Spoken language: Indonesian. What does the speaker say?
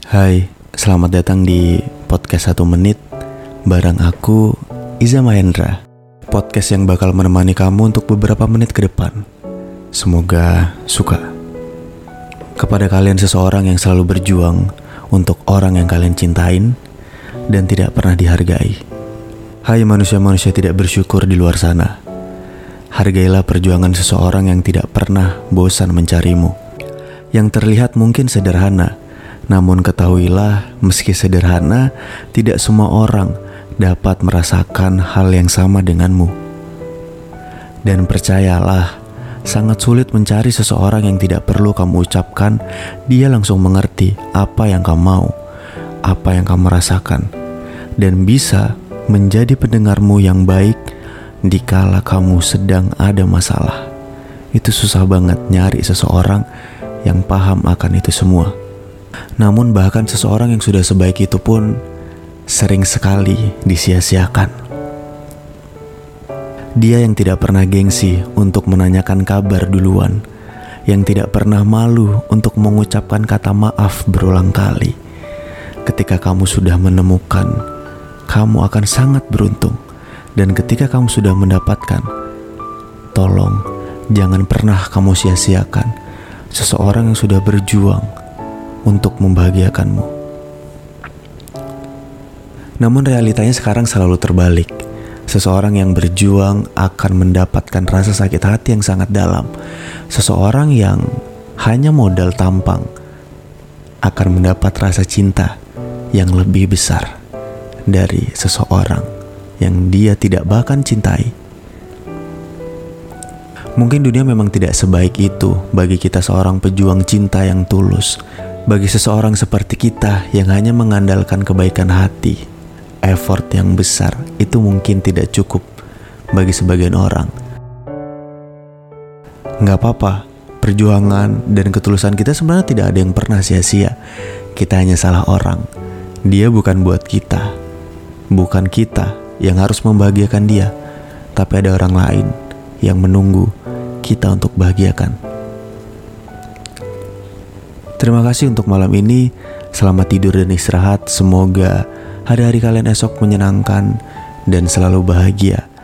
Hai, selamat datang di podcast 1 menit bareng aku, Iza Mahendra. Podcast yang bakal menemani kamu untuk beberapa menit ke depan. Semoga suka. Kepada kalian seseorang yang selalu berjuang untuk orang yang kalian cintain dan tidak pernah dihargai. Hai manusia-manusia tidak bersyukur di luar sana. Hargailah perjuangan seseorang yang tidak pernah bosan mencarimu. Yang terlihat mungkin sederhana, namun ketahuilah, meski sederhana, tidak semua orang dapat merasakan hal yang sama denganmu. Dan percayalah, sangat sulit mencari seseorang yang tidak perlu kamu ucapkan, dia langsung mengerti apa yang kamu mau, apa yang kamu rasakan, dan bisa menjadi pendengarmu yang baik dikala kamu sedang ada masalah. Itu susah banget nyari seseorang yang paham akan itu semua. Namun bahkan seseorang yang sudah sebaik itu pun sering sekali disia-siakan. Dia yang tidak pernah gengsi untuk menanyakan kabar duluan, yang tidak pernah malu untuk mengucapkan kata maaf berulang kali. Ketika kamu sudah menemukan, kamu akan sangat beruntung. Dan ketika kamu sudah mendapatkan, tolong jangan pernah kamu sia-siakan seseorang yang sudah berjuang untuk membahagiakanmu. Namun realitanya sekarang selalu terbalik. Seseorang yang berjuang akan mendapatkan rasa sakit hati yang sangat dalam. Seseorang yang hanya modal tampang akan mendapat rasa cinta yang lebih besar dari seseorang yang dia tidak bahkan cintai. Mungkin dunia memang tidak sebaik itu bagi kita seorang pejuang cinta yang tulus. Bagi seseorang seperti kita yang hanya mengandalkan kebaikan hati, effort yang besar itu mungkin tidak cukup bagi sebagian orang. Gak apa-apa, perjuangan dan ketulusan kita sebenarnya tidak ada yang pernah sia-sia. Kita hanya salah orang. Dia bukan buat kita. Bukan kita yang harus membahagiakan dia, tapi ada orang lain yang menunggu kita untuk bahagiakan. Terima kasih untuk malam ini. Selamat tidur dan istirahat. Semoga hari-hari kalian esok menyenangkan dan selalu bahagia.